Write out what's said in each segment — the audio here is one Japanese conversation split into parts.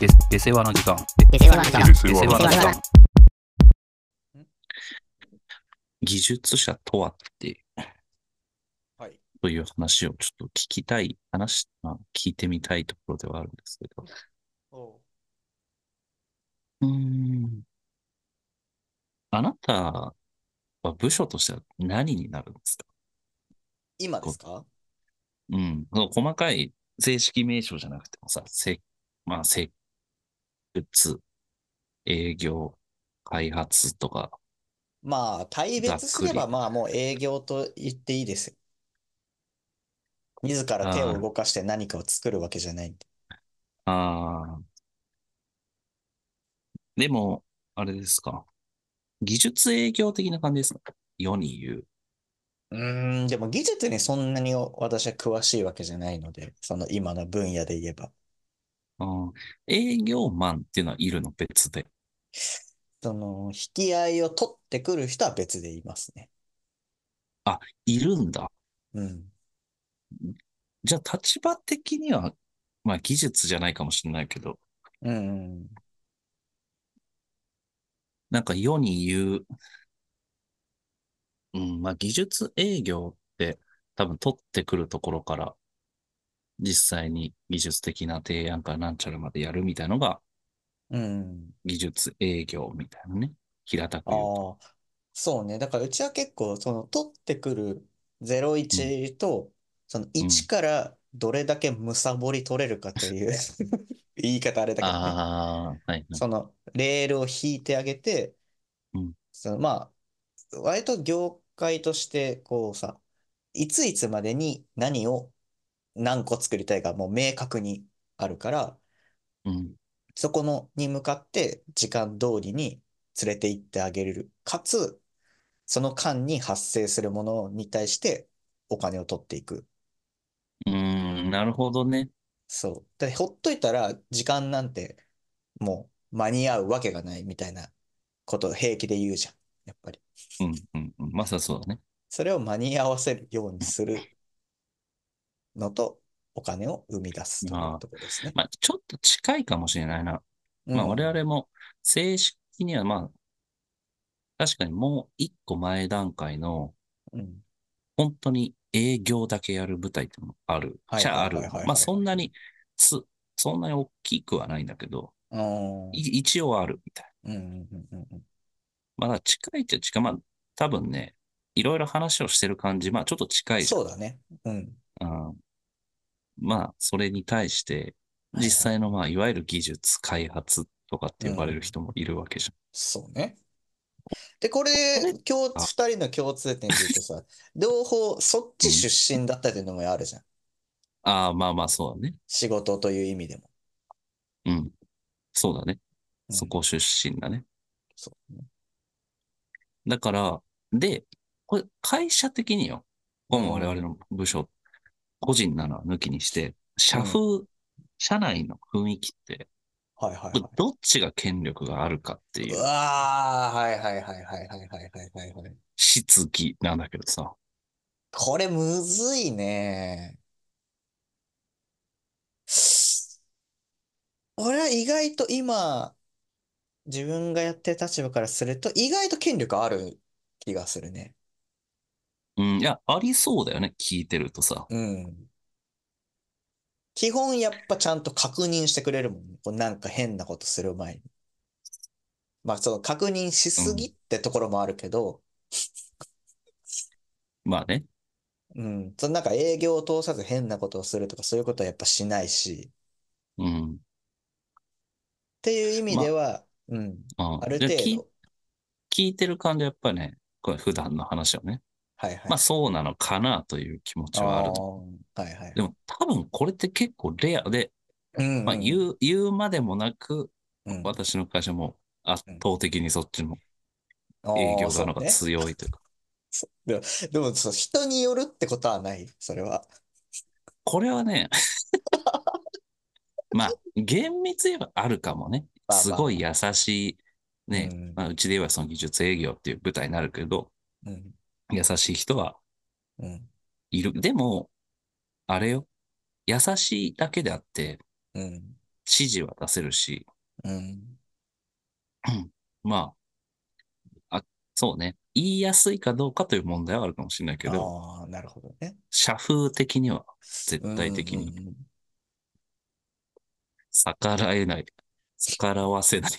で世話の時間。 で世話の時間。 で世話の時間。技術者とはってはい。 という話をちょっと聞きたい、聞いてみたいところではあるんですけど。 おううーん。あなたは部署としては何になるんですか？ 今でこすか？ その細かい正式名称じゃなくてもさ、設立、営業、開発とか、 まあ、大ざっ別すくり。 ればまあもう営業と言っていいですよ。自ら手をあ動かして何かを作るわけじゃないんで。 あ、でも、あれですか。技術営業的な感じですか？世に言う。 でも技術にそんなに私は詳しいわけじゃないので、その今の分野で言えば。 あー営業マンっていうのはいるの別で。 その、引き合いを取ってくる人は別で言いますね。 あ、いるんだ。 うん。 じゃあ立場的には、まあ技術じゃないかもしれないけど、 うん。 なんか世に言う、まあ技術営業って多分取ってくるところから実際に技術的な提案からなんちゃらまでやるみたいなのがうん。 技術営業みたいなね。平たく言うと。 ああ、そうね。だからうちは結構、その取ってくるうん、 01と、その1 うん。 からどれだけむさぼり取れるかという言い方あれだけどね。 ああ、はいはい。 そのレールを引いてあげて、 うん、 そのまあ、割と業界としてこうさ、いついつまでに何を何個作りたいかもう明確にあるから、 うん、 そこのに向かって時間通りに連れて行ってあげれる。かつ、その間に発生するものに対してお金を取っていく。 なるほどね。 そう。だってほっといたら時間なんてもう間に合うわけがないみたいなことを平気で言うじゃん。やっぱり。 うん、うん、うん。まさそうだね。 それを間に合わせるようにするのとお金を生み出すというああ、 ところですね。 まあ、ちょっと近いかもしれないな。まあ、我うん。 々も正式には、まあ、確かにもう一個前段階の、 うん。 本当に営業だけやる舞台ってのもある。 はいはいはいじゃある。まあ、 はいはいはい。 そんなに、そんなに大きくはないんだけど、 うん。うん一応あるみたいうんうんうんうん。 な。まあ、近いっちゃ近い。まあ、多分ね、いろいろ話をしてる感じ、まあ、ちょっと近いじそうだね。うん。 ゃん。まあ、それに対して、 はいはい。 実際の、まあ、いわゆる技術開発とかって呼ばれるうん。 人もいるわけじそうね。で、こゃん。 れ、 これ、あ、 二人の共通点で言うとさ、両方そっちうん。 出身だったっていうのもあるじゃん。 ああ、まあまあ、そうだね。 仕事という意味でも。 うん。そうだね。 うん。 そこ出身だね。 そうね。 だから、で、これ、会社的によ、 う今我々 ん。 の部署、個人なのは抜きにして、 うん。 社内の雰囲気って、 はいはいはい。 どっちが権力があるかってういうわー、はいはいはいはいはいはいはいはいはい。 質疑なんだけどさ。 これむずいね。俺は意外と今、自分がやってる立場からすると、意外と権力ある気がするね。 うん、いや、ありそうだよね。聞いてるとさ。 うん。基本やっぱちゃんと確認してくれるもんね。こうなんか変なことする前に。まあその確認しうん。 すぎってところもあるけど、 まあね。 うん。そのなんか営業を通さず変なことをするとかそういうことはやっぱしないし、 うん。 っていう意味までは、うん。あるで、 程度、 聞いてる感じはやっぱりね、これ普段の話をね。まあはいはい。 そうなのかなという気持あちはあるの。 あ、はいはいはい。 でも多分これって結構レアで、 うんまあうん言うまでもなく、 うん。うん。 私の会社も圧うん。 倒的にそっちの営ああ、 業側の方がそうね。 強いというか。 でもそう、人によるってことはない、それは。 これはね、まあ厳密に言えばあるかもね。 まあすまあまあ。 ごい優しいね、 うん。 まあうちで言えばその技術営業っていう舞台になるけど、 うん。 優しい人はうん。 いる。でも、あれよ。優しいだけであって、 うん。 指示は出せるし、 うん。 まあ、そうね。言いやすいかどうかという問題はあるかもしれないけど、 ああ、なるほどね。 社風的には絶うんうん対的にうん逆らえない、逆らわせない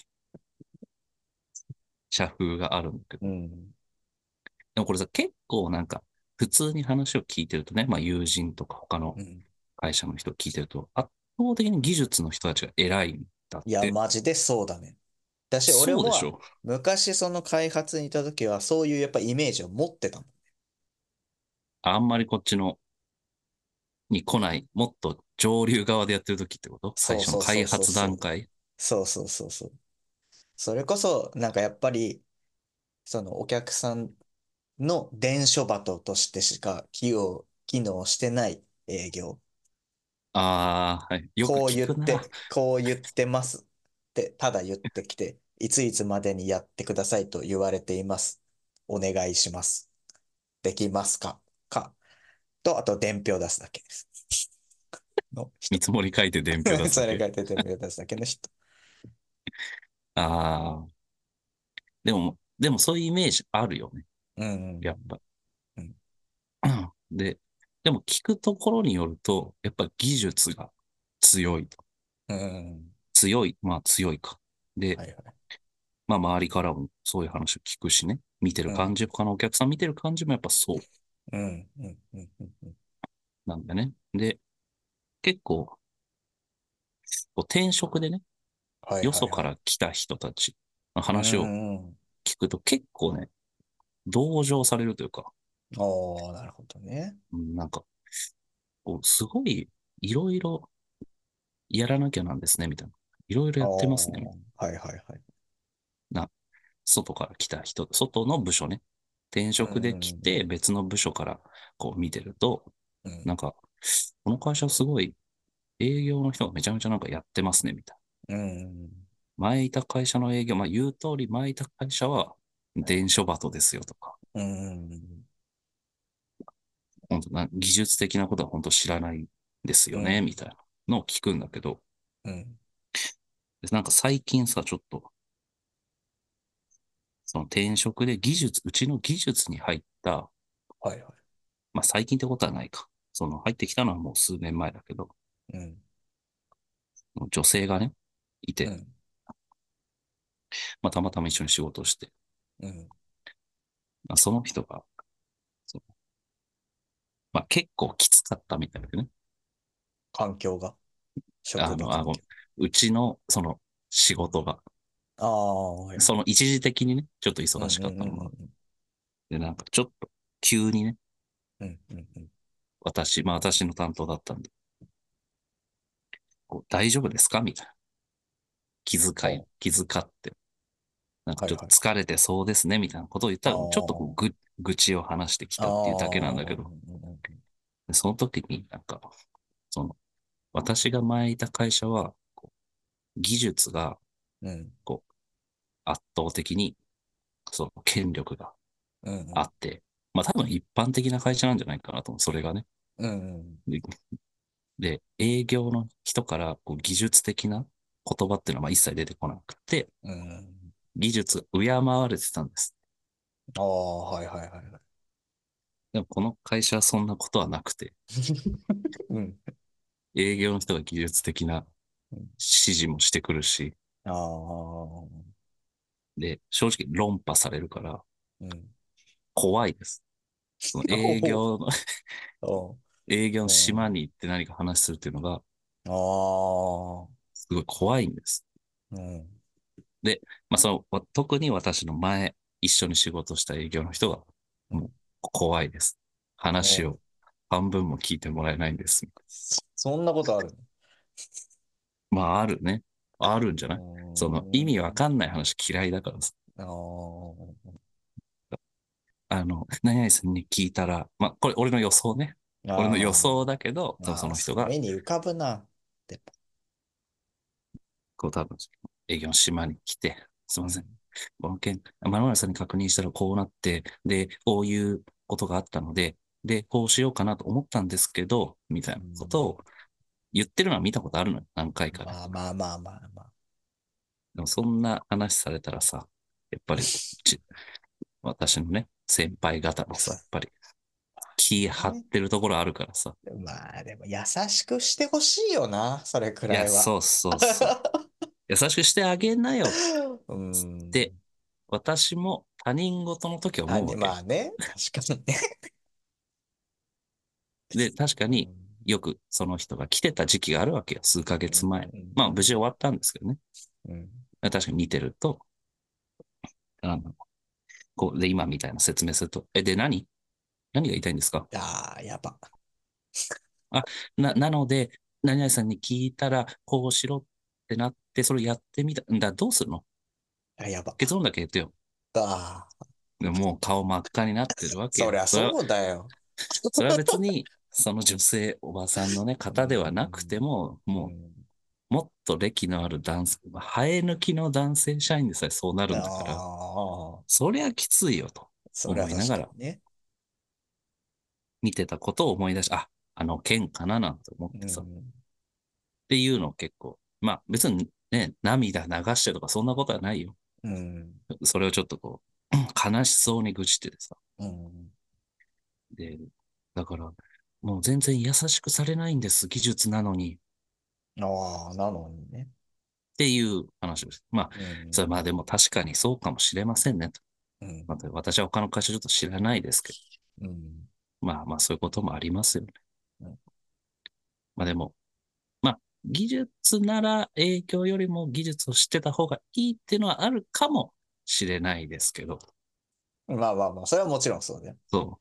社風があるんだけど。 うん。 でもこれさ、結構なんか、普通に話を聞いてるとね、まあ友人とか他のうん。 会社の人を聞いてると、圧倒的に技術の人たちが偉いんだっいや、 て。 マジでそうだね。俺もそうでしょ？ 昔その開発にいた時はそういうやっぱイメージを持ってたもん。 あんまりこっちのに来ない、もっと上流側でやってる時ってこと？最そうそうそうそう初の開発そう。 段階。 そうそうそうそう。それこそ、なんかやっぱり、そのお客さんの伝書鳩としてしか機能してない営業。 ああ、はい。よく聞くな。 こう言ってますってただ言ってきて、いついつまでにやってくださいと言われています。お願いします。できますかか。と、あと伝票出すだけです。の人。 見積もり書いて伝票出すだけ。 それ書いて伝票出すだけの人。 ああ、でもそういうイメージあるよね。 うん。 やっぱ。 うん。 で、でも聞くところによると、やっぱ技術が強いと。 うん。 強い、まあ強いか。で、 はいはい。 まあ周りからもそういう話を聞くしね。見てるうん。 感じ、他のお客さん見てる感じもやっぱそううん。うん。うん。うん。うん。 なんだね。で、結構、こう転職でね、 はいよそかはいはい。 ら来た人たちのう話をん。 聞くと結構ね、同情されるというか、 おー、なるほどね。 なんか、こうすごい、いろいろやらなきゃなんですね、みたいな。いろいろやってますね、みたいおー、はいはいはい。 な。外から来た人、外の部署ね。転うん。 職で来うん。 て別の部署からこう見てると、 うん。 なんか、この会社すごい営業の人がめちゃめちゃなんかやってますね、みたいうん。 な。前いた会社の営業、まあ言う通り前いた会社は伝書バトですよとか、 うん。 本当な技術的なことは本当知らないですよね、 うん。 みたいなのを聞くんだけど、 うん。 なんか最近さ、ちょっと、その転職でうちの技術に入った、 はいはい。 まあ最近ってことはないか。その入ってきたのはもう数年前だけど、 うん。 女性がね、いて、 うん。 まあたまたま一緒に仕事をして、 うん。 まあ、その人が、そうまあ結構きつかったみたいでね。 環境が、職あの、あ場環境。 の、うちのその仕事が、 ああ、はいはい。 その一時的にね、ちょっとうんうん忙しかったのが、 うんで、なんかちょっと急にね、 うん。うんうんうん。 まあ私の担当だったんで、こう大丈夫ですかみたいな。 お、 気遣って、なんかちょっとはいはい。 疲れてそうですね、みたいなことを言っあたら、ちょっとこうあ、 愚痴を話してきあたっていうだけなんあ、 だけど、 うんうんでその時になんか、その、私が前いた会社は、こう技術が、 うん。 こう、圧倒的に、その権力がうんうんあって、まあ多分一般的な会社なんじゃないかなと思う、それがね。 うん。 で、営業の人からこう技術的な言葉っていうのはまあ一切出てこなくて、 うん。 技術敬われてたんです。 ああ、はいはいはいはい。 でもこの会社はそんなことはなくて、 うん。 営業の人が技術的な指示もしてくるし、 ああ、 で、正直論破されるからうん。 怖いです。そのおお、 営業のうん。 島に行って何か話するっていうのがああ、 すごい怖いんです。 うん。 で、まあ特に私の前、一緒に仕事した営業の人がもううん。 怖いです。話お、 を半分も聞いてもらえないんです。 そんなことあるまああるね。あるんじゃない？その意味わの？ かんない話嫌いだからさ。 あー何々さんに聞いたら、まあ、これ俺の予想ね。俺の予あ想だけど、 ー、 多分そあー、 の人が、 目に浮かぶな。で、 こう多分営業の島に来て、すいません。 うん。 この件、〇〇さんに確認したらこうなって、で、こういうことがあったので、で、こうしようかなと思ったんですけど、みたいなことうん。 を言ってるのは見たことあるのよ。何回かね。 まあまあまあまあまあ。 でもそんな話されたらさ、やっぱり私のね、先輩方もさ、やっぱり気張っね、 てるところあるからさ。 まあでも優しくしてほしいよな、それくいや、 らいは。 そうそうそう。優しくしてあげなよっうつって、 ん。 私も他人事の時は思うわけ。 まあね、確かにね。 で、確かにうん。 よくその人が来てた時期があるわけよ。数ヶうん。 月前。 うん。 まあ、無事終わったんですけどね。 うん。 確かに見てると、あの、こう、で、今みたいな説明すると、で、何が言いたいんですか？ ああ、やば。 あ、なので、何々さんに聞いたら、こうしろってなって、それやってみた。どうするの？ やば。 結論だけ言ってよ。 ああ、 でもう顔真っ赤になってるわけよ。 そりゃそうだよ。 それは別に、その女性、おばさんのね、 う方ではなくてん。 も、もうん。 う、もっと歴のある男性、生え抜きの男性社員でさえそうなるあんだから、 あ、 そりゃきついよとそりゃ思いながら確かにね。 見てたことを思い出し、あの件かななんて思っうてさ、っん。 ていうのを結構、まあ別にね、涙流してとかそんなことはないよ。 うん。 それをちょっとこう、悲しそうに愚痴っててさ。 うん。 で、だから、もう全然優しくされないんです、技術なのに。っああ、なのにね。 ていう話です。まあ、 うん。 それまあでも確かにそうかもしれませんねと。 うん。 まあ、私は他の会社ちょっと知らないですけど、 うん。 まあまあそういうこともありますよね。 うん。 まあでも、まあ技術なら営業よりも技術を知ってた方がいいっていうのはあるかもしれないですけど、 まあまあまあ、それはもちろんそうだよ。 そう。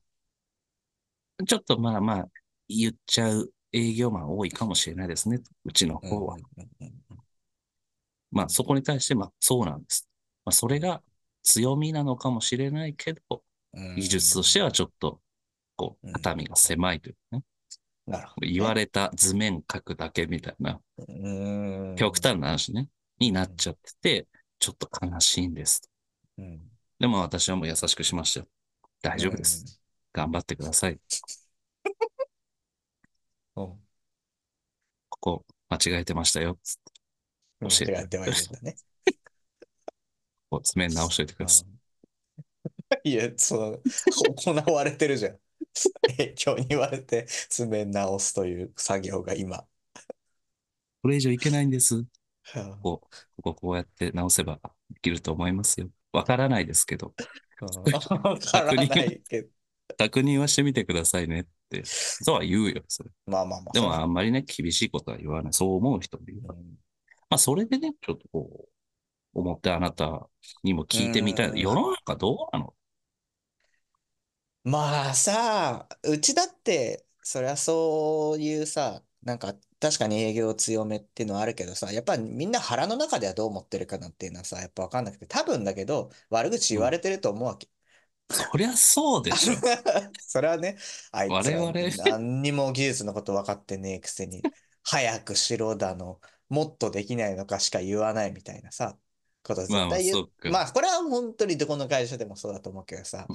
ちょっとまあまあ言っちゃう営業マン多いかもしれないですね。うちのうん。 方は。 うん。うん。 まあそこに対してまあそうなんです。まあそうん。 れが強みなのかもしれないけど、 う技術としてはん。 ちょっとこう、 うん。 肩身が狭いというかね。 なるほどね。 言われた図面書くだけみたいな、 うん。 極端な話ね、になっうん。 ちゃってて、ちょっと悲しいんです。 うん。 でも私はもう優しくしましたよ。大うん。 丈夫です。頑張ってください。 うん。 ここ間違えてましたよ。つって教えて。 間違ってはいるんだね。 こう図面直しておいてください。 うん。いや、行われてるじゃん。影響に言われて図面直すという作業が今。 これ以上いけないんです。 うんこうやって直せばできると思いますよ。わからないですけど、 わから確認は、 ないけど。 確認はしてみてくださいねって、そうは言うよ、それ。 まあまあまあ、 でもそれは。 あんまりね、厳しいことは言わない。そう思う人もいるから。 うん。 まあ、それでね、ちょっとこう、思ってあなたにもう聞いてみたい。世ん。 の中どうなの？ まあさ、うちだって、そりゃそういうさ、なんか確かに営業強めっていうのはあるけどさ、やっぱみんな腹の中ではどう思ってるかなっていうのはさ、やっぱわかんなくて、多分だけど、悪口うん。 言われてると思うわけ。 そりゃそうでしょ。 それはね、あい我つら 々、 何にも技術のこと分かってねえくせに、早くしろだの、もっとできないのかしか言わないみたいなさ、ことまあまあ、 絶対そうか。 まあこれは本当にどこの会社でもそうだと思うけどさ、 うん。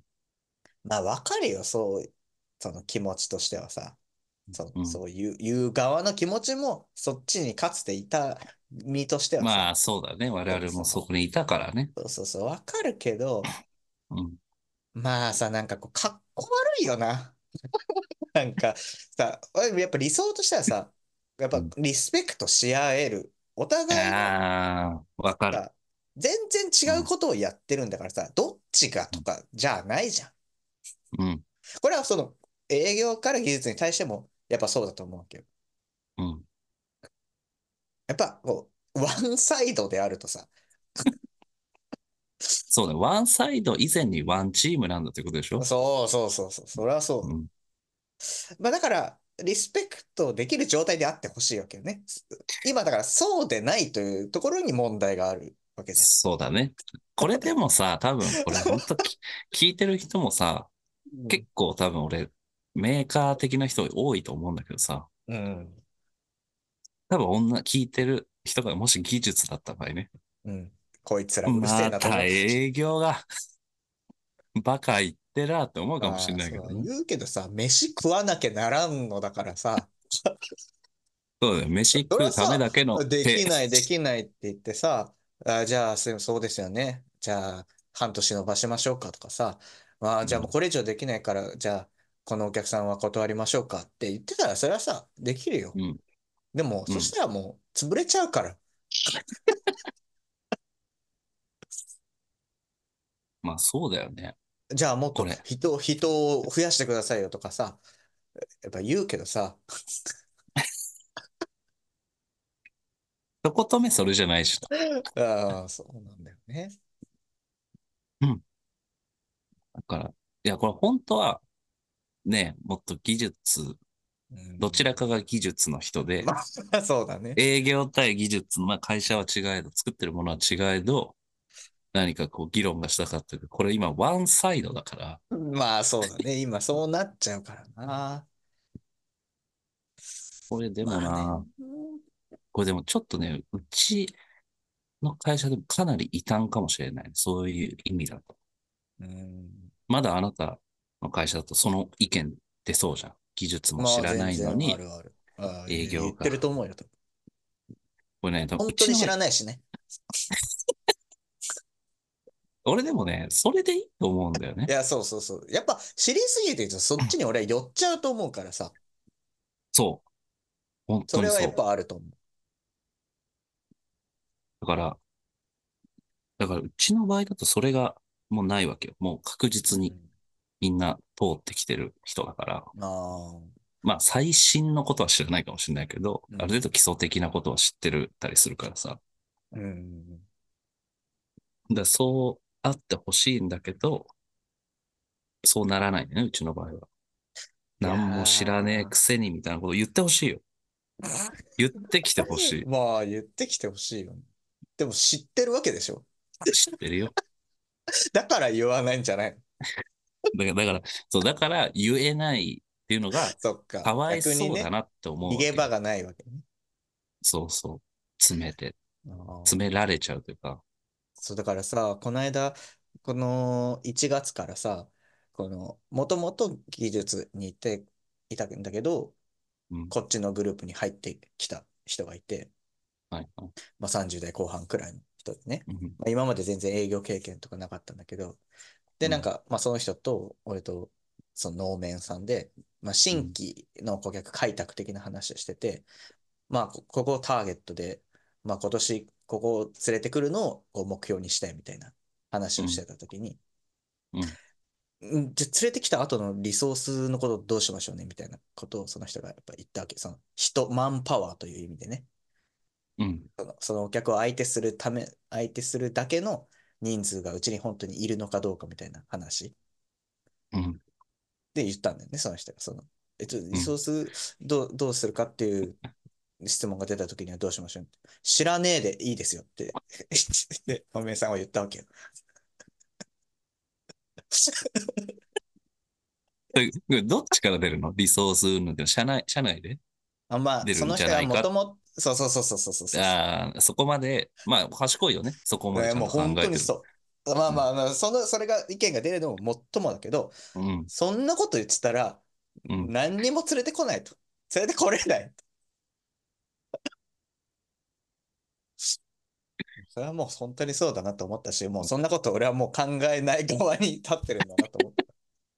まあ分かるよ、その気持ちとしてはさ、 うん。 そういう側の気持ちもそっちにかつていた身としてはさ、 まあ、そうだね。我々もそうそう、 そこにいたからね。 そうそうそう、分かるけど、 うん。 まあさ、なんかこう、かっこ悪いよな。なんかさ、やっぱ理想としてはさ、やっぱうん。 リスペクトし合える。お互いがああ、わかる。 さ、全然違ううん。 ことをやってるんだからさ、どっちがうん。 とかじゃないじゃん。 うん。 これはその営業から技術に対してもやっぱそうだと思うわけよ。 うん。 やっぱこう、ワンサイドであるとさ、 そうだ。ワンサイド以前にワンチームなんだってことでしょ？ そうそうそうそう、それはそうん。 う。まあだから、リスペクトできる状態であってほしいわけよね。今だからそうでないというところに問題があるわけじゃん。 そうだね。これでもさ、多分これ本当聞いてる人もさ、 うん。 結構多分俺、メーカー的な人多いと思うんだけどさ、 うん。 多分聞いてる人がもし技術だった場合ね、 うん。こいつらうるせえなと思またう。 営業がバカ言ってらって思うかもしれああ、そう、 ないけどね。 言うけどさ、飯食わなきゃならんのだからさ、 そうだよ。飯食うためそれはさ、 だけの手。 できない、できないって言ってさ、じゃあ、そうですよね。じゃあ、半年延ばしましょうかとかさ、じゃあもううん、 これ以上できないから、じゃあ、このお客さんは断りましょうかって言ってたら、それはさ、できるよ。 うん、 でも、 うん。 そしたらもう、潰れちゃうから。 まあそうだよね。 じゃあ、もっとこれ。 人を増やしてくださいよとかさ、やっぱ言うけどさ、 一言目それじゃないしな。 そうなんだよね。 うん。だから、いや、これ本当はね、もっと技術、 うどちらん。 かが技術の人で、 まあ、そうだね。 営業対技術の、まあ会社は違えど、作ってるものは違えど、何かこう議論がしたかったけど、これ今ワンサイドだから、 まあ、そうだね。今、そうなっちゃうからな。 これでもまあね。 な、これでもちょっとね、うちの会社でもかなり異端かもしれない。そういう意味だと。 うん。 まだあなたの会社だとその意見出そうじゃん。技術もまあ、 知ら全然あないのにるある。 営言ってる業か。 と思うよ。 これね、多分本当に知うちの場合、 らないしね。 俺でもね、それでいいと思うんだよね。 いや、そうそうそう。やっぱ知りすぎてるとそっちに俺は寄っちゃうと思うからさ。 そう。本それはやっ当にそう。 ぱあると思だから、うちの場合だとそれがもうないわけよ。もう確う。 実にみんな通ってきてる人だから、 ああ。 まあ最新のことは知らないかもしれないけど、 うん。 ある程度基礎的なことは知ってるたりするからさ。 うん。 だからそうあってほしいんだけど、そうならないね、うちの場合は。 いや何も知らねえくー。 せにみたいなこと言ってほしいよ。言ってきてほしい。 まあ、言ってきてほしいよね。でも知ってるわけでしょ。 知ってるよ。 だから言わないんじゃないの？ だから言えないっていうのが、 そっか。 かわい逆にね、 そうだなって思うわけよ。 逃げ場がないわけね。 そうそう。詰めて、 あ詰めー。 られちゃうというか。 そう、だからさ、この間、この1月からさ、もともと技術にいたんだけど、 うん。 こっちのグループに入ってきた人がいて、 はい。はい。 まあ、30代後半くらいの人でね、 うん。 まあ、今まで全然営業経験とかなかったんだけど、で、 うん。 まあ、その人と、俺と、その能面さんで、まあ、新うん。 規の顧客開拓的な話をしてて、まあ、ここをターゲットで、まあ、今年、ここを連れてくるのをこう目標にしたいみたいな話うん。 をしてたときに、 うん。 じゃあ連れてきた後のリソースのことどうしましょうねみたいなことをその人がやっぱ言ったわけ。マンパワーという意味でね。 うん。 そのお客を相手するだけの人数がうちに本当にいるのかどうかみたいな話うん。 で言ったんだよね、その人が。リうん。 ソースどうするかっていう質問が出た時にはどうしましょうって。知らねえでいいですよってで、おめえさんは言ったわけよ。 どっちから出るのリソース云々って社内でまあ、 出るんその人がじゃないか。 もとも、そうそうそうそうそうそうそう。 ああ、そこまで、まあ、賢いよね。そこまでちゃんと考もう本えてる。 当にそう。まあうん。 まあ、それが意見が出るのももっともだけど、 うん。 そんなこと言ってたら、 うん。 何にも連れてこないと。連れてこれないと。それはもう本当にそうだなと思ったし、もうそんなこと俺はもう考えない側に立ってるんだなと思った。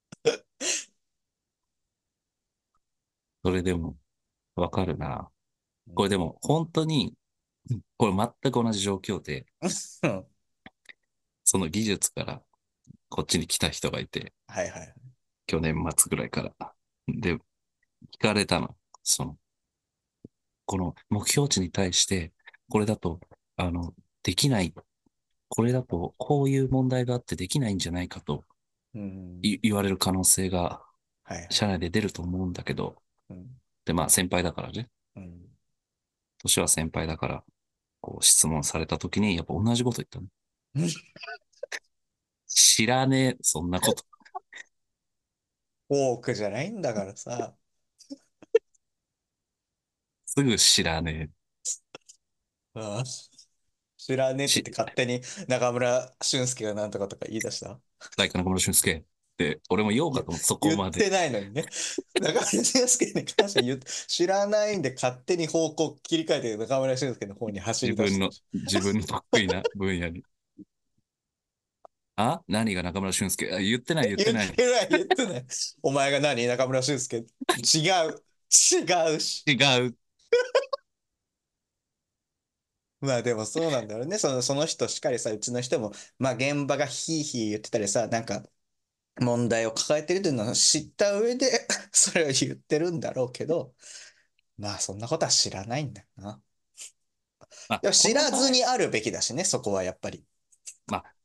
それでも、わかるな。 うん。 これでも、本当に、これ全く同じ状況で、 うん。 その技術からこっちに来た人がいて、 はいはい。 去年末ぐらいから。で、聞かれたの。この目標値に対して、これだと、あの、できない、これだと、こういう問題があってできないんじゃないかとうん。 言われる可能性が、 はいはい。 社内で出ると思うんだけど、 うん。 で、まあ先輩だからね。 うん。 年は先輩だから、こう質問された時に、やっぱ同じこと言ったの。知らねえ、そんなこと。 多くじゃないんだからさ。 すぐ知らねああ、知らねええ。 って言って勝手に中村俊輔がなんとかとか言い出した。 大工中村俊介。 て、俺も言おうか言と思って、そこまで。 言ってないのにね。中村俊輔に関しては知らないんで勝手に方向切り替えて中村俊輔の方に走り出してるじ自分の得意な分野に。何が中村俊介？言ってない、言っゃん。言ってない。 てない、言ってない。お前が何中村俊輔。違う。違うし。 違う。 まあでもそうなんだろうね。その人しっかりさ、うちの人も、まあ現場がヒーヒー言ってたりさ、なんか問題を抱えてるというのを知った上でそれを言ってるんだろうけど、まあそんなことは知らないんだよな。でもこの場合、 知らずにあるべきだしね、そこはやっぱり。 まあ、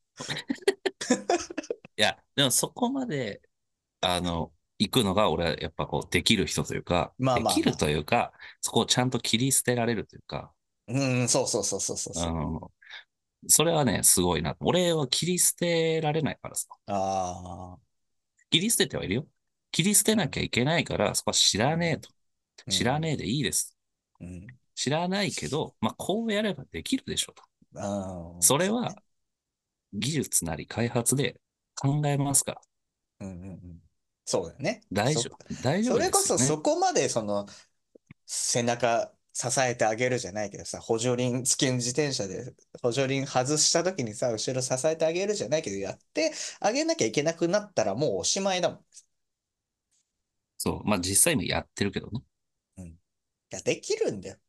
いや、でもそこまで、行くのが、俺はやっぱこう、できる人というか、 まあできるまあまあ。 というか、そこをちゃんと切り捨てられるというか、 うん、そうそうそうそうそうそう。 あの、それはね、すごいな。俺は切り捨てられないからさ。 ああ、 切り捨ててはいるよ。切り捨てうん、 なきゃいけないから、そこは知らねえうん、 と。 うん、 知らねえでいいです。 うん、 知らないけど、まあ、こうやればできるでしょと。 ああ、 それはそうね。 技術なり開発で考えますから。 うん、うん、うん。そうだよね。 大丈夫それこそですよね。 そこまで背中支えてあげるじゃないけどさ、補助輪付きの自転車で補助輪外した時にさ、後ろ支えてあげるじゃないけど、やってあげなきゃいけなくなったらもうおしまいだもん。 そう。まあ、実際もやってるけどね。 うん。いや、できるんだよ。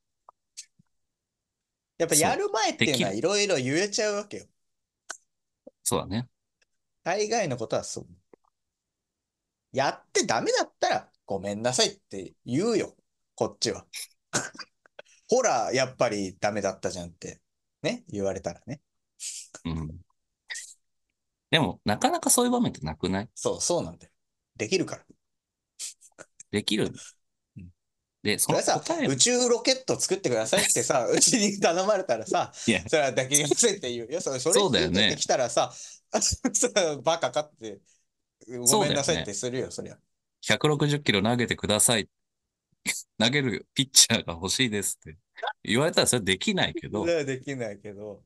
やっぱやそう。 る前っていうのはできる。 いろいろ言えちゃうわけよ。 そうだね。 大概のことはそう。やってダメだったらごめんなさいって言うよ。こっちは。ほら、やっぱりダメだったじゃんって。ね、言われたらね。 うん。でも、なかなかそういう場面ってなくない？ そう、そうなんだよ。できるから。 できる。 うん。 で、そのそれはさ、 答え、 宇宙ロケット作ってくださいってさ、うちに頼まれたらさ、 いや、 それはできませんって言うよ。それそうだ引いてってよね。 きたらさ、それはバカかって、ごめんなさいっそうだよね。 てするよ、そりゃ。 160キロ投げてください。投げるピッチャーが欲しいですって言われたらそれできないけど、 それはできないけど、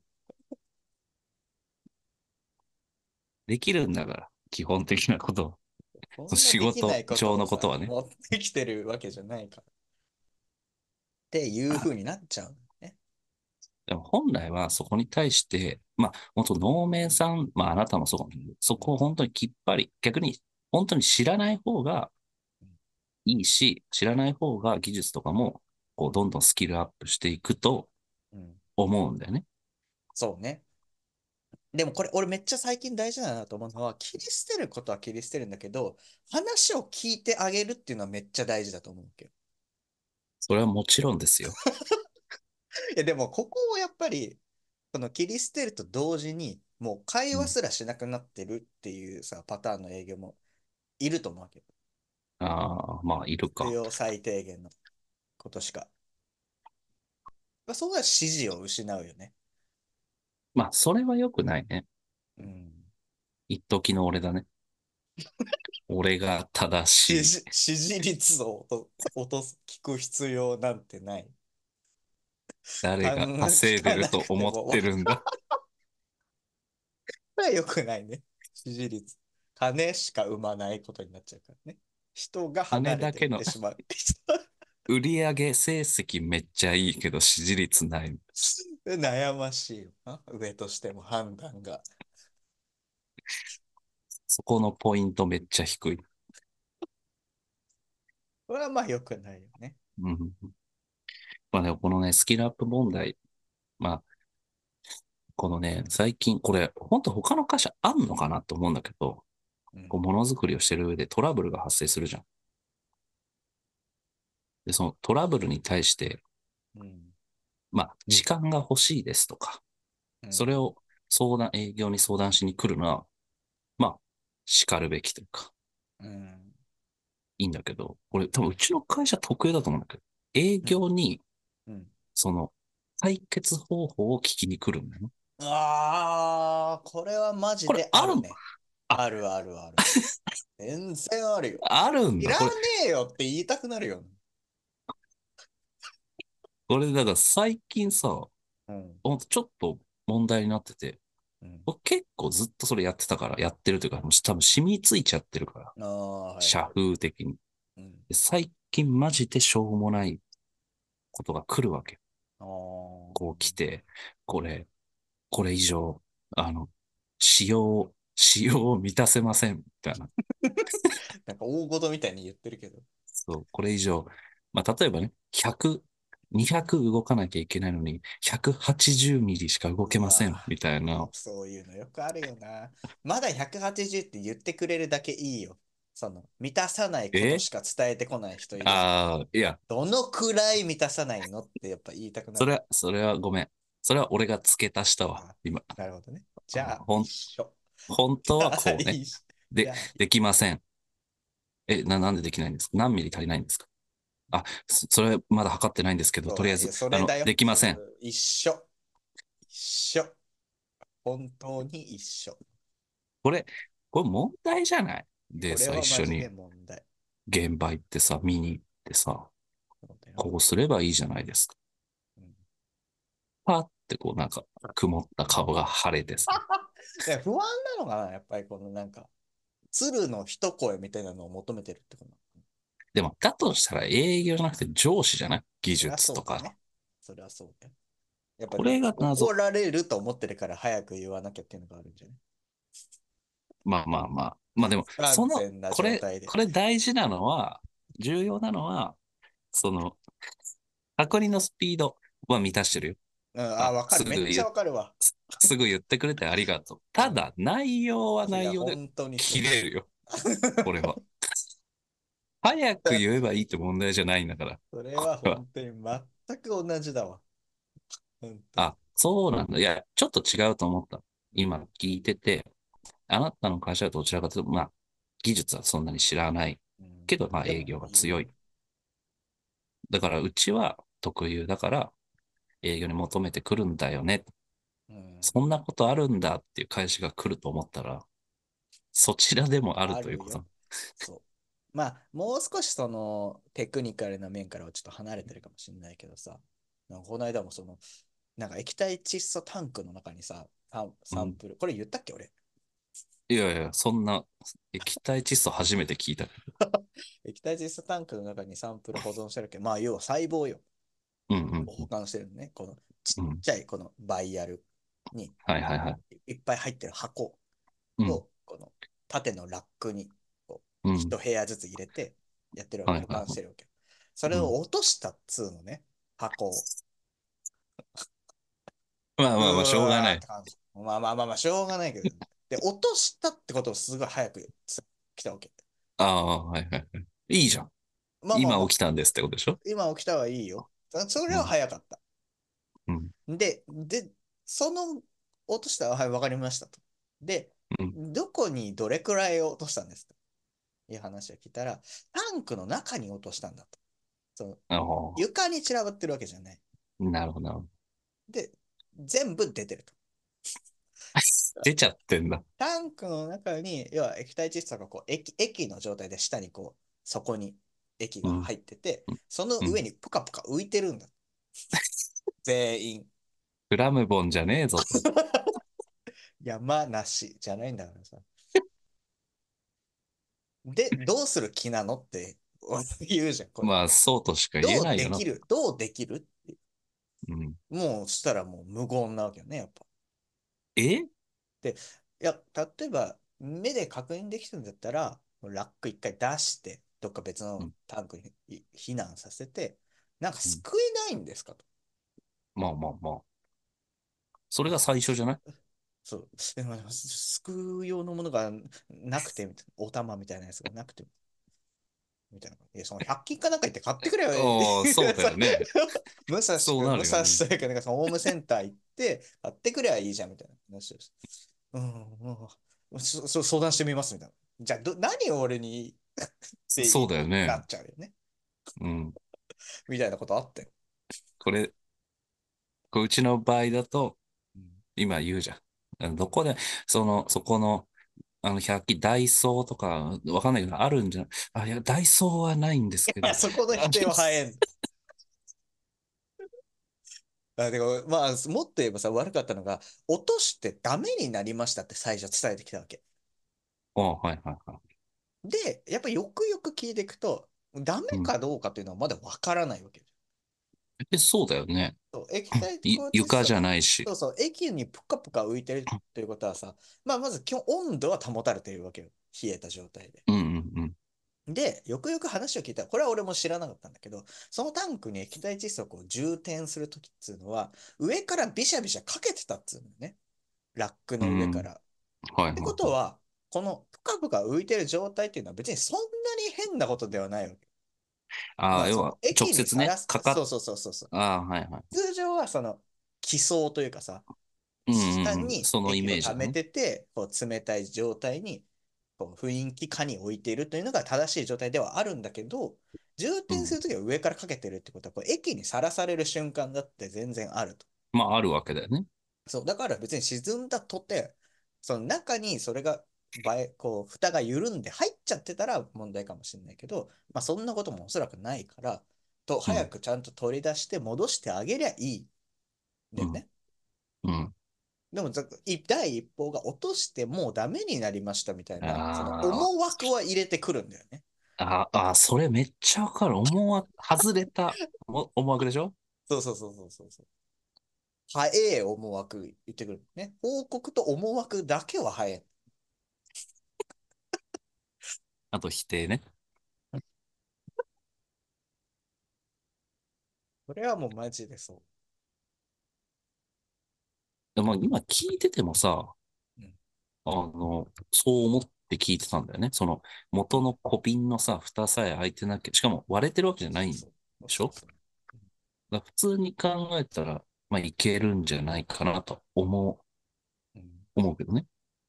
できるんだから、基本的なことは。 こんな仕できないこ事上とをさ、 のことはね。 持ってきてるわけじゃないから。っていう風になっちゃうのね。 でも本来はそこに対して、まあ、本当農民さん、まああなたもそうかもしれないけど、そこを本当にきっぱり、逆に本当に知らない方がいいし、知らない方が技術とかも、こう、どんどんスキルアップしていくとうん。 思うんだよね。 そうね。でもこれ、俺めっちゃ最近大事だなと思うのは、切り捨てることは切り捨てるんだけど、話を聞いてあげるっていうのはめっちゃ大事だと思うわけど。 それはもちろんですよ。 いや、でもここをやっぱり、その切り捨てると同時に、もう会うん。 話すらしなくなってるっていうさ、パターンの営業もいると思うわけど。 ああ、まあ、いるか。 必要最低限のことしか。まあ、そこは指示を失うよね。 まあ、それは良くないね。 うん。 一時の俺だね。俺が正しい。 支持率を落とす、聞く必要なんてない。 誰が稼いでる聞かなと思っくても、 てるんだ。 は良くないね。支持率。金しか生まないことになっちゃうからね。人が離れてっ金だけのてしまう。 売上成績めっちゃいいけど支持率ない。 悩ましいよな。上としても判断が。 そこのポイントめっちゃ低い。 これはまあ良くないよね。 うん。まあね、このね、スキルアップ問題。まあ、このね、最近、これ、本当他の会社あんのかなと思うんだけど、 うん。 こう、ものづくりをしてる上でトラブルが発生するじゃん。で、そのトラブルに対して、 うん。 まあ、時間が欲しいですとか、 うん。 それを営業に相談しに来るのは、まあ、叱るべきというか、 うん。 いいんだけど、これ多分うちの会社特有だと思うんだけど、営うん。 業に、 うん。 その、解決方法を聞きに来るんだよね。 ああ、これはマジこれであるん、 あるね。 あ、 あるあるある。全然あるよ。 あるんだ。 いらねえよって言いたくなるよ。 これだから最近さ、 うん。 ほんとちょっと問題になってて、 うん。 僕結構ずっとそれやってたから、やってるというか、もう多分染みついちゃってるから、 ああ、はいは社い。 風的に。 うん。 で最近マジでしょうもないことが来るわけ。 ああ、 こう来て、これ、これ以上、あの、使用を満たせません、みたいな。 なんか大事みたいに言ってるけど。 そう、これ以上、まあ、例えばね、100、200動かなきゃいけないのに、180ミリしか動けうわません、みたいな。 そういうのよくあるよな。まだ180って言ってくれるだけいいよ。満たさないことえしか伝えてこない人いるじゃん。 ああー、いや、 どのくらい満たさないのってやっぱ言いたくなる。 それはごめん。それは俺が付け足したわ、 あ、 今。 なるほどね。じゃあ、 あ一緒。 本当はじゃあ、 こうね。 いいし。じで、 ゃあ、 できません。なんでできないんですか？何ミリ足りないんですか？それまだ測ってないんですけど、 そうだ、いや、 とりあえず、 それだよ。 できません。 一緒。一緒。本当に一緒。 これ、これ問題じゃない？でこれさ、一はマジで緒に問題。 現場行ってさ、見に行ってさ、 そうだよ。 こうすればいいじゃないですか。 うん、 パってこうなんか、曇った顔が晴れてさ。 で不安なのかな、やっぱりこのなんか、鶴の一声みたいなのを求めてるってことなのかな。 でも、だとしたら営業じゃなくて上司じゃない？技そりゃ術とかの。 そうだね。そりゃそうだよ。やっぱこでも、 れが謎。 怒られると思ってるから早く言わなきゃっていうのがあるんじゃない？ まあまあまあ。まあでも、 不安全な状態で。 これ大事なのは、重要なのは、その、確認のスピードは満たしてるよ。 うん、あ、わかる。めっちゃすぐわかるわ。 すぐ言ってくれてありがとう。たうん。 だ、内容はいや、 内容で本当にそう。 切れるよ。これは。早く言えばいいって問題じゃないんだから。 それこれは。 は本当に全く同じだわ。本当に。 そうなんだ。いや、ちょっと違うと思った。今聞いてて、あなたの会社はどちらかというと、まあ、技術はそんなに知らないうん。 けど、まあ、 でも、 営業が言う。 強い。だから、うちは特有だから、営業に求めてくるんだよね。 うん。 そんなことあるんだっていう返しが来ると思ったら、そちらでもあるあるよ。 ということ。 そう。まあ、もう少しテクニカルな面からはちょっと離れてるかもしれないけどさ、なんかこの間もなんか液体窒素タンクの中にさ、 うん。 サンプル、これ言ったっけ俺。 いやいや、そんな液体窒素初めて聞いた。 液体窒素タンクの中にサンプル保存してるけど、まあ、要は細胞よ。 うんうん保管してるのね。このちっうん。 ちゃいこのバイアルにはいはいはい。 いっぱい入ってる箱うん。 を、この縦のラックにうん。 一部屋ずつ入れてやってるわけ、保はいはいはい。 管してるわけ。それうん。 を落としたっつうのね、箱を。うまあまあまあ、しょうがない。 わーって感じ。まあまあまあまあ、しょうがないけど。で、落としたってことをすごい早く来たわけ。 ああ、はいはいはい。いいじゃん。今まあまあまあ、 起きたんですってことでしょ？ 今起きたはいいよ。それはうん。 早かった。 うん。 で、その落としたら、はい、わかりましたと。で、 うん。 どこにどれくらい落としたんですという話を聞いたら、タンクの中に落としたんだと。そのああ、 床に散らばってるわけじゃない。 なるほどなるほど。 で、全部出てると。 出ちゃってんだ。 タンクの中に、要は液体窒素が液の状態で下にそこに液がうん。 入ってて、 うん。 そのうん。 上にプカプカ浮いてるんだ。全員。 クラムボンじゃねえぞと。 山なしじゃないんだからさ。で、どうする気なのって言うじゃん、これ。 まあ、そうとしか言えないよな。 どうできるってうん。 もうしたらもう無言なわけよね、やっぱ。 えで、いや、例えば、目で確認できてるんだったら、ラック一回出して、どっか別のうん。 タンクに避難させて、なんかうん。 救えないんですかと。 まあまあまあ。それがいや、 最初じゃない？ そう。でも救う用のものがなくて、お玉みたいなやつがなくて、みたいな。いや、その100均かなんか行って買ってくれよ。 ああ、そうだよね。そうな武蔵るよね。 というか、なんかそのホームセンター行って買ってくればいいじゃん、みたいな話をして。うん、うん、相談してみます、みたいな。じゃあ、何を俺にってそうだよね。 なっちゃうよね。 うん。 みたいなことあって。 これ、うちの場合だと、 うん。 今言うじゃん。どこで、そこの、100均、ダイソーとか、わかんないけど、あるんじゃ、いや、ダイソーはないんですけど、 そこの否定は早いんだ。 でもまあ、もっと言えばさ、悪かったのが、落としてダメになりましたって最初伝えてきたわけ。 ああ、はいはいはい。 で、やっぱよくよく聞いていくと、ダメうん。 かどうかっていうのはまだわからないわけ。 そうだよね。 そう、液体空窒床じゃ素が、 ないし。 そうそう、液にぷかぷか浮いてるということはさ、まあ、まず基本温度は保たれているわけよ。冷えた状態で。 うんうんうん。 で、よくよく話を聞いたら、これは俺も知らなかったんだけど、そのタンクに液体窒素をこう充填するときっつうのは、上からビシャビシャかけてたっつうのよね。ラックの上かうん。 ら。ってはいはいはい。 ことは、このぷかぷか浮いてる状態っていうのは別にそんなに変なことではないわけ。 ああ、 まあ、 要は、直その液に接ね、 さらす、そうそうそうそうそう。 ああ、はいはい。 通常はその気層というかさ、 うん下うんうん。 にそのイ液を溜めメージだね。 てて、こう冷たい状態に、こう雰囲気下に置いているというのが正しい状態ではあるんだけど、充うん。 填するときは上からかけてるってことは、こう液にさらされる瞬間だって全然あると。 まあ、あるわけだよね。 そう、だから別に沈んだとて、その中にそれが、こう、蓋が緩んで入っちゃってたら問題かもしれないけど、まあそんなこともおそらくないから、 うん。 早くちゃんと取り出して戻してあげりゃいいんだうん。 よね。 うん。 でも第一報が落としてもうダメになりましたみたいな、そのあ思惑は入れてくるんだよね。 それめっちゃわかる。外れた思惑でしょ？ そうそうそうそうそうそう。早え思惑言ってくる。ね。報告と思惑だけは早い。 あと否定ね。 これはもうマジでそでも今聞いててもさ、 う。うん。 そう思って聞いてたんだよね。その元の小瓶のさ、蓋さえ開いてなきゃ、しかも割れてるわけじゃないんでそうそう。そうしょ？ そうそう。 だから普通に考えたら、まあいけるんじゃないかなとうん。 思うけどね。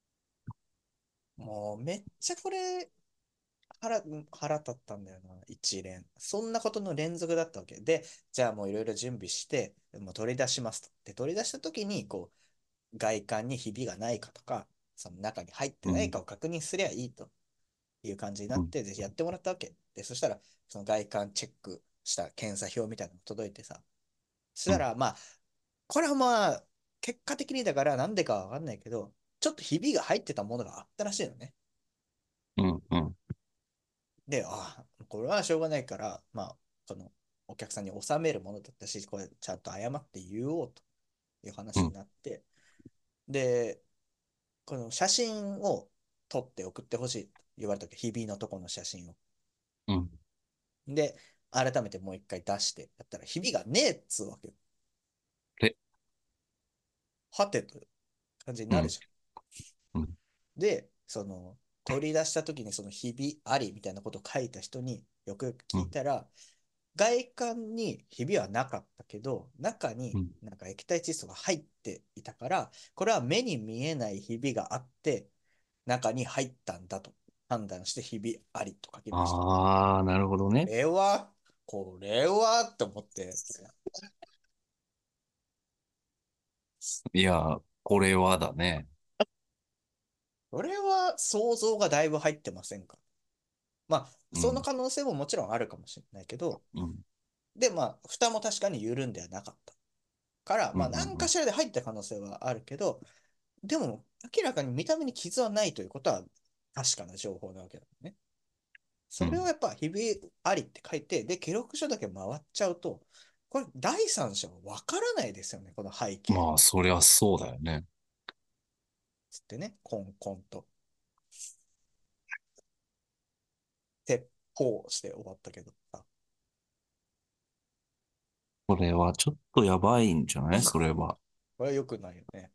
もうめっちゃこれ腹立ったんだよな、一連。そんなことの連続だったわけで、じゃあもういろいろ準備して、もう取り出しますと。で、取り出した時に、こう、外観にひびがないかとか、その中に入ってうん。 ないかを確認すりゃいいという感じになうん。 って、で、やってもらったわけ。で、そしたら、その外観チェックした検査表みたいなのが届いてさ、そしうん。 たら、まあ、これはまあ、結果的にだからなんでかわかんないけど、ちょっとひびが入ってたものがあったらしいのね。 うん。うん。 で、これはしょうがないから、まあ、その、お客さんに納めるものだったし、これちゃんと謝って言おうという話にうん。 なって、で、この写真を撮って送ってほしいと言われたけど、日々のとこの写真を。 うん。 で、改めてもう一回出してやったら、日々がねえっつうわけよ。 で、 はてという感じにうん。 なるじゃん。 うん。 で、その、取り出した時にその日々ありみたいなことを書いた人によくよくうん。 聞いたら、外観にひびはなかったけど、中にうん。 なんか液体窒素が入っていたから、これは目に見えないひびがあって、中に入ったんだと判断してひびありと書きました。 ああ、なるほどこね。 れは、これはと思って、 いや、これはだね。 これは想像がだいぶ入ってませんか？まあ、そのうん。 可能性ももちろんあるかもしれないけど、 うん。 で、まあ、蓋も確かに緩んではなかったから、 うん。 まあ、 うん。 何かしらで入った可能性はあるけど、でも、明らかに見た目に傷はないということは確かな情報なわけだよね。 うん。 それをやっぱ、ひびありって書いて、で、記録書だけ回っちゃうと、これ、第三者はわからないですよね、この背景。 まあ、そりゃそうだよね。 つってね、コンコンと、鉄砲して終わったけどさ。 これはちょっとやばいんじゃないそれは。 これは良くないよね。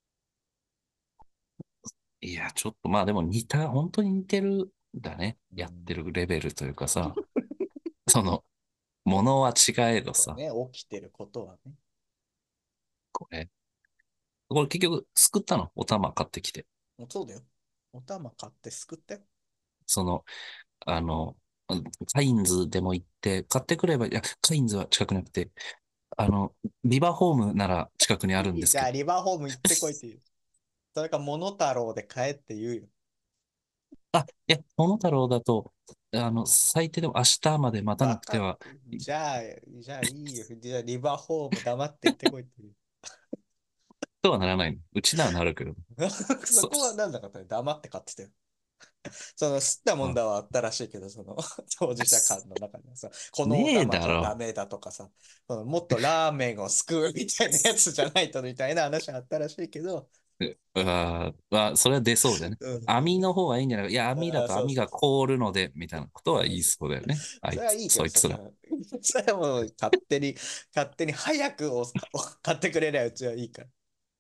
いや、ちょっとまあでも本当に似てるんだね。やってうん。 るレベルというかさ、その、ものは違えどさ、 そうね、起きてることはね。 これ、これ結局、救ったのお玉買ってきて。 もうそうだよ。お玉買って救ったよ。 その、あの、カインズでも行って、買ってくれば、いや、カインズは近くなくて、あの、ビバホームなら近くにあるんいいじゃあ、 ですけど。 リバーホーム行ってこいって言う。それか、モノタロウで帰って言うよ。 あ、いや、桃太郎だと、 最低でも明日まで待たなくては、 じゃあいいよ。じゃあリバーホーム黙って行ってこいっていう。 とはならないの。うちならなるけど。 そそ、 こはなんだかったね。黙って買ってたよ。吸ったもんあだはあったらしいけど、当事者間の中にはさ、このおねえ玉だろ。 じゃダメだとかさ、もっとラーメンを救うみたいなやつじゃないとみたいな話あったらしいけど、 それは出そうだよね。 うん、 網の方はいいんじゃないか。いや、網だと網がそうそうそう。 凍るので、みたいなことは言いそうそうそうだよね。 それはいいけどさ、 そいつら。 それはもう勝手に早く買ってくれりゃうちはいいから。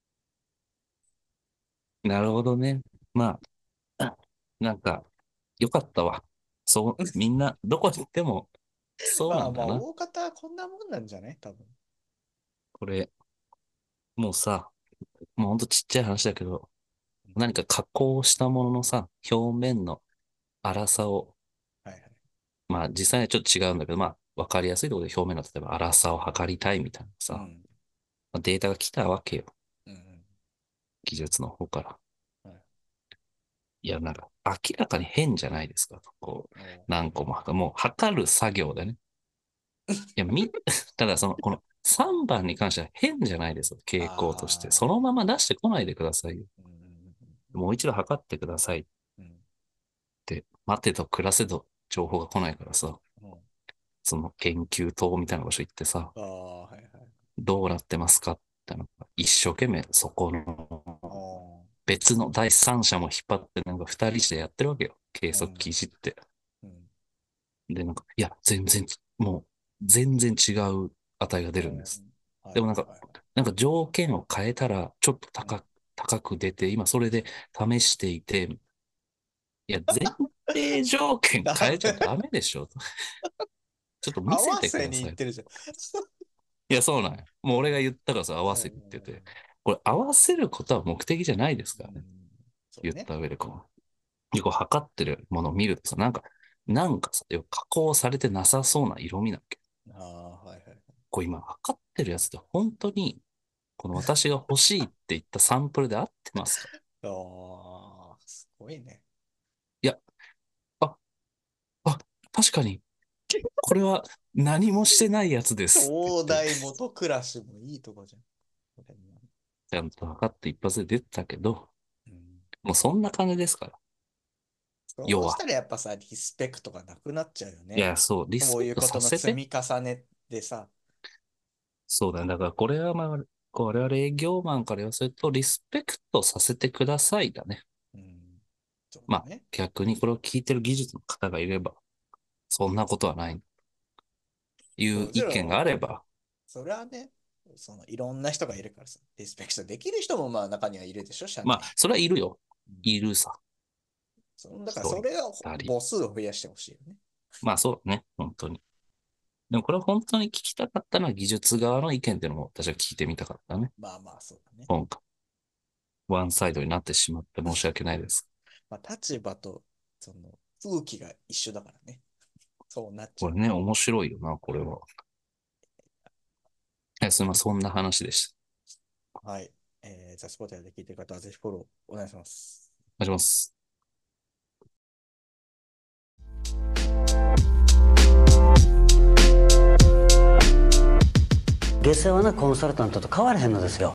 なるほどね。まあ、なんか、よかったわ。そう、みんな、どこに行っても、そうまあまあ、 なんだな。 大方はこんなもんなんじゃない多分。 これ、もうさ、もうほんとちっちゃい話だけど、何か加工したもののさ、表面の粗さを、 はいはい。 まあ実際にはちょっと違うんだけど、まあわかりやすいところで表面の例えば粗さを測りたいみたいなさ、 うん。 まあデータが来たわけよ。 うんうん。 技術の方から。 はい。 いや、なんか明らかに変じゃないですか。こう、 お何個ももう測る作業でね。いや、ただこの3番に関しては変じゃないですよ。傾向として。そああのまま出してこないでくださいよ。 ー。うんうんもう一度測ってくださいっうんうん。 て、待てと暮らせと情報が来ないからさ。 うん。 その研究棟みたいな場所行ってさ、 ああ、はいはい。 どうなってますかってのが一生懸命そこあのあ。 別の第三者も引っ張ってなんか二人してやってるわけよ。計測うん。 器いじって。 うん。 で、いや、もう全然違う値がう出るんです。 ん。はいでもはいはい。 なんか条件を変えたらちょっとうん。 高く出て、今それで試していて、いや、前提条件ダ変えちゃダメ。 メでしょ。ちょっと見合せわせてください。 に行ってるじゃん。 いや、そうなんよ。もう俺が言ったからさ、合わせにって言って。これ合わせることは目的じゃないですからね。 うん。そうね。 言った上で測ってるものを見るとさ、なんかさ、加工されてなさそうな色味なわけ。 ああ、はいはい。 これ今測ってるやつって本当に、この私が欲しいって言ったサンプルで合ってますか？ ああ、すごいね。 いや、あ、確かに、これは何もしてないやつですって東言って、 大元暮らしもいいとこじゃん。これね。 ちゃんと測って一発で出てたけど、 うん。 もうそんな感じですから。要は。 そうしたらやっぱさ、リスペクトがなくなっちゃうよね。 いや、そう、リスペクトそういうことさせて。 の積み重ねでさ、 そうだね。だからこれはまあ、我々営業マンから言わせると、リスペクトさせてくださいだね。 うん、そうまあ、 だね。 逆にこれを聞いてる技術の方がいれば、そんなことはない。いうもち意見がろん、 あれば、 それはね、いろんな人がいるからさ、リスペクトできる人もまあ中にはいるでしょ、社まあ、 内に。 それはいるよ。 うん、 いるさ。 だから一人、 それを二人。 母数を増やしてほしいよね。 まあ、そうね。本当に。でもこれは本当に聞きたかったのは技術側の意見っていうのも私は聞いてみたかったね。 まあまあ、そうだね。 今回、ワンサイドになってしまって申し訳ないです。 まあ、立場と空気が一緒だからね。そうなっちゃう。 これね、面白いよな、これは。すみません、そんな話でした。 はい。ザ・スポティアで聞いてる方はぜひフォローお願いします。 お願いします。 下世話なコンサルタントと変わらへんのですよ。